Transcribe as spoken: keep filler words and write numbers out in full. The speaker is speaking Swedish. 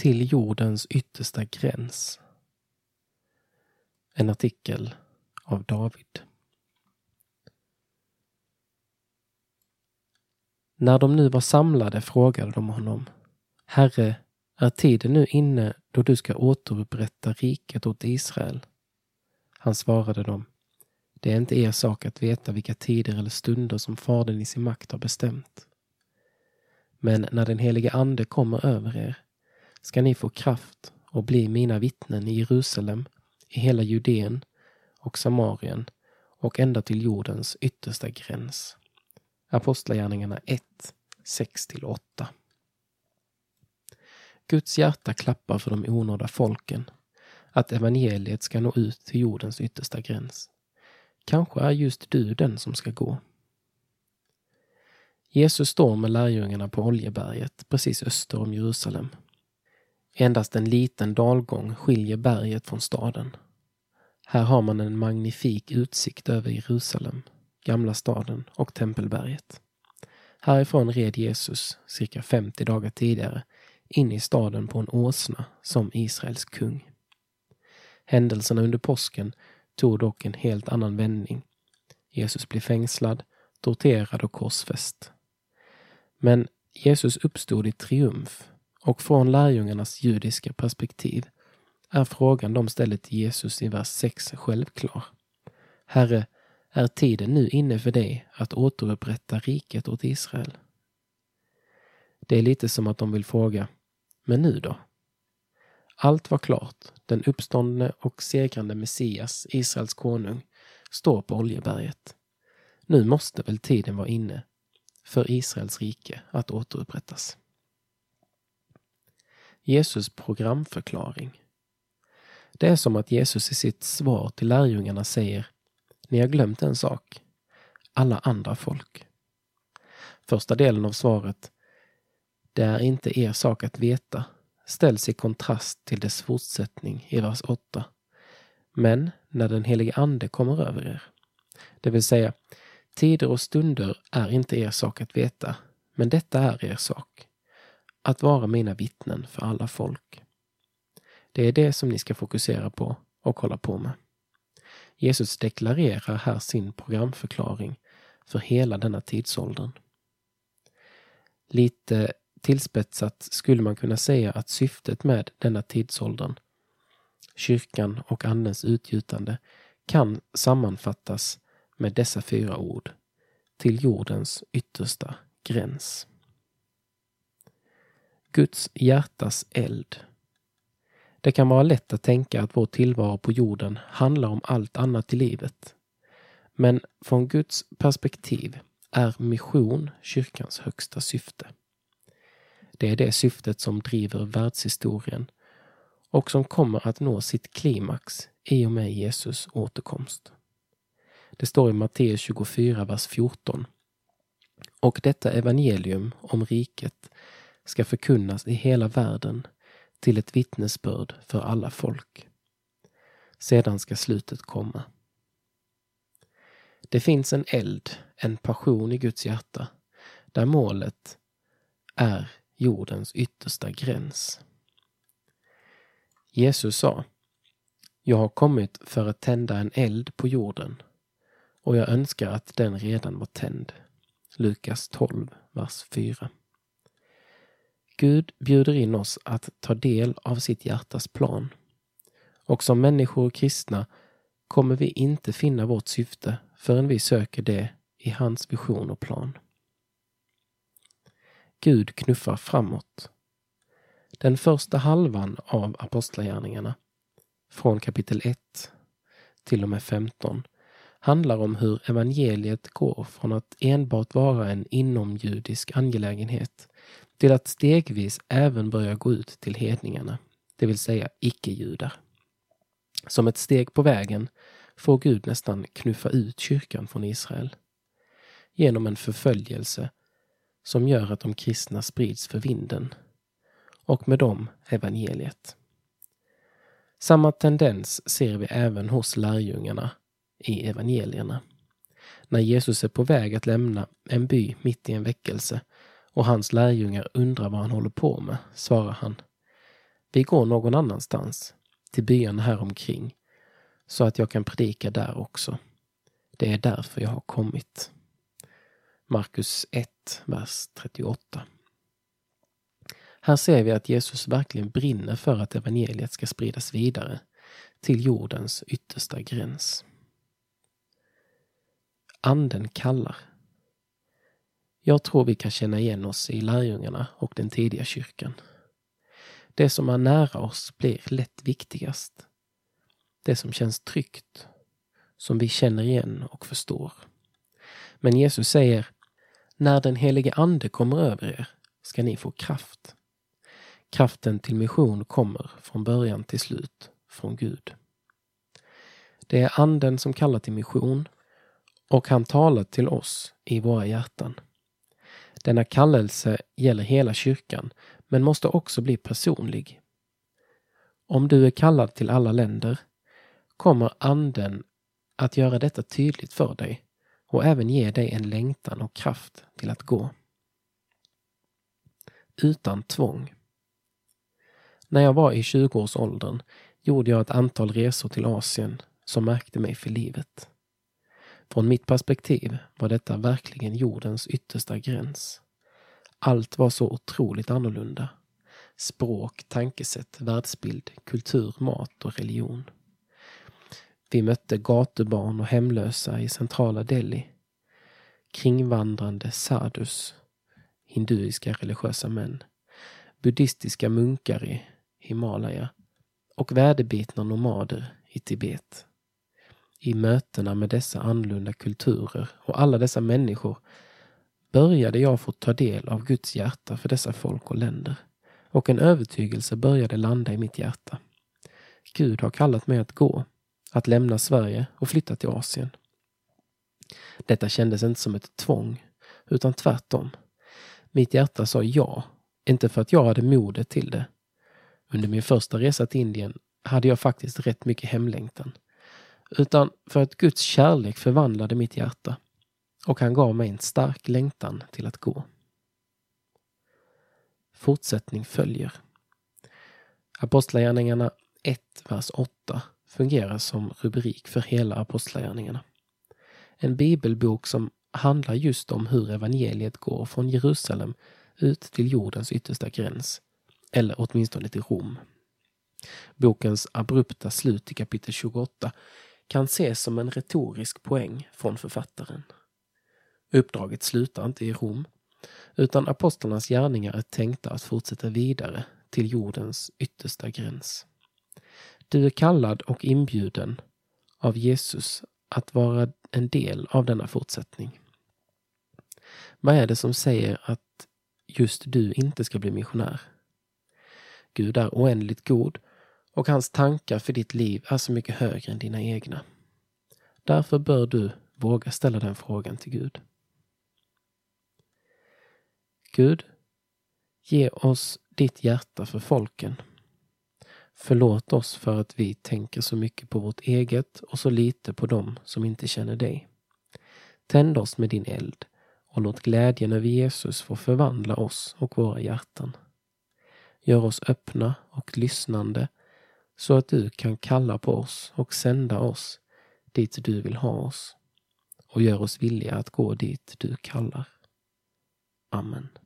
Till jordens yttersta gräns. En artikel av David. När de nu var samlade frågade de honom: Herre, är tiden nu inne då du ska återupprätta riket åt Israel? Han svarade dem: Det är inte er sak att veta vilka tider eller stunder som Fadern i sin makt har bestämt. Men när den helige Ande kommer över er ska ni få kraft och bli mina vittnen i Jerusalem, i hela Judeen och Samarien och ända till jordens yttersta gräns. Apostlagärningarna ett, sex till åtta. Guds hjärta klappar för de onådda folken, att evangeliet ska nå ut till jordens yttersta gräns. Kanske är just du den som ska gå. Jesus står med lärjungarna på Oljeberget precis öster om Jerusalem. Endast en liten dalgång skiljer berget från staden. Här har man en magnifik utsikt över Jerusalem, gamla staden och tempelberget. Härifrån red Jesus cirka femtio dagar tidigare in i staden på en åsna som Israels kung. Händelserna under påsken tog dock en helt annan vändning. Jesus blev fängslad, torterad och korsfäst. Men Jesus uppstod i triumf, och från lärjungarnas judiska perspektiv är frågan de ställer till Jesus i vers sex självklar. Herre, är tiden nu inne för dig att återupprätta riket åt Israel? Det är lite som att de vill fråga: men nu då? Allt var klart. Den uppståndne och segrande Messias, Israels konung, står på Oljeberget. Nu måste väl tiden vara inne för Israels rike att återupprättas. Jesus programförklaring. Det är som att Jesus i sitt svar till lärjungarna säger: ni har glömt en sak. Alla andra folk. Första delen av svaret, det är inte er sak att veta, ställs i kontrast till dess fortsättning i vers åtta. Men när den helige Ande kommer över er. Det vill säga, tider och stunder är inte er sak att veta, men detta är er sak. Att vara mina vittnen för alla folk. Det är det som ni ska fokusera på och hålla på med. Jesus deklarerar här sin programförklaring för hela denna tidsåldern. Lite tillspetsat skulle man kunna säga att syftet med denna tidsåldern, kyrkan och andens utgjutande, kan sammanfattas med dessa fyra ord: till jordens yttersta gräns. Guds hjärtas eld. Det kan vara lätt att tänka att vår tillvaro på jorden handlar om allt annat i livet. Men från Guds perspektiv är mission kyrkans högsta syfte. Det är det syftet som driver världshistorien och som kommer att nå sitt klimax i och med Jesus återkomst. Det står i Matteus tjugofyra, vers fjorton. Och detta evangelium om riket ska förkunnas i hela världen till ett vittnesbörd för alla folk. Sedan ska slutet komma. Det finns en eld, en passion i Guds hjärta, där målet är jordens yttersta gräns. Jesus sa: jag har kommit för att tända en eld på jorden, och jag önskar att den redan var tänd. Lukas tolv, vers fyra. Gud bjuder in oss att ta del av sitt hjärtas plan. Och som människor och kristna kommer vi inte finna vårt syfte förrän vi söker det i hans vision och plan. Gud knuffar framåt. Den första halvan av apostlagärningarna, från kapitel ett till och med femton, handlar om hur evangeliet går från att enbart vara en inomjudisk angelägenhet till att stegvis även börja gå ut till hedningarna, det vill säga icke-judar. Som ett steg på vägen får Gud nästan knuffa ut kyrkan från Israel genom en förföljelse som gör att de kristna sprids för vinden och med dem evangeliet. Samma tendens ser vi även hos lärjungarna i evangelierna. När Jesus är på väg att lämna en by mitt i en väckelse och hans lärjungar undrar vad han håller på med, svarar han: Vi går någon annanstans, till byarna här omkring, så att jag kan predika där också. Det är därför jag har kommit. Markus ett, vers trettioåtta. Här ser vi att Jesus verkligen brinner för att evangeliet ska spridas vidare till jordens yttersta gräns. Anden kallar. Jag tror vi kan känna igen oss i lärjungarna och den tidiga kyrkan. Det som är nära oss blir lätt viktigast. Det som känns tryggt, som vi känner igen och förstår. Men Jesus säger, när den helige ande kommer över er ska ni få kraft. Kraften till mission kommer från början till slut från Gud. Det är anden som kallar till mission och han talar till oss i våra hjärtan. Denna kallelse gäller hela kyrkan men måste också bli personlig. Om du är kallad till alla länder kommer anden att göra detta tydligt för dig och även ge dig en längtan och kraft till att gå. Utan tvång. När jag var i tjugoårsåldern gjorde jag ett antal resor till Asien som märkte mig för livet. Från mitt perspektiv var detta verkligen jordens yttersta gräns. Allt var så otroligt annorlunda. Språk, tankesätt, världsbild, kultur, mat och religion. Vi mötte gatubarn och hemlösa i centrala Delhi. Kringvandrande sadhus, hinduiska religiösa män. Buddhistiska munkar i Himalaya och väderbitna nomader i Tibet. I mötena med dessa annorlunda kulturer och alla dessa människor började jag få ta del av Guds hjärta för dessa folk och länder. Och en övertygelse började landa i mitt hjärta. Gud har kallat mig att gå, att lämna Sverige och flytta till Asien. Detta kändes inte som ett tvång, utan tvärtom. Mitt hjärta sa ja, inte för att jag hade modet till det. Under min första resa till Indien hade jag faktiskt rätt mycket hemlängtan. Utan för att Guds kärlek förvandlade mitt hjärta och han gav mig en stark längtan till att gå. Fortsättning följer. Apostlagärningarna ett, vers åtta fungerar som rubrik för hela Apostlagärningarna. En bibelbok som handlar just om hur evangeliet går från Jerusalem ut till jordens yttersta gräns, eller åtminstone till Rom. Bokens abrupta slut i kapitel tjugoåtta kan ses som en retorisk poäng från författaren. Uppdraget slutar inte i Rom, utan apostlarnas gärningar är tänkta att fortsätta vidare till jordens yttersta gräns. Du är kallad och inbjuden av Jesus att vara en del av denna fortsättning. Vad är det som säger att just du inte ska bli missionär? Gud är oändligt god och hans tankar för ditt liv är så mycket högre än dina egna. Därför bör du våga ställa den frågan till Gud. Gud, ge oss ditt hjärta för folken. Förlåt oss för att vi tänker så mycket på vårt eget och så lite på dem som inte känner dig. Tänd oss med din eld och låt glädjen över Jesus få förvandla oss och våra hjärtan. Gör oss öppna och lyssnande så att du kan kalla på oss och sända oss dit du vill ha oss. Och gör oss villiga att gå dit du kallar. Amen.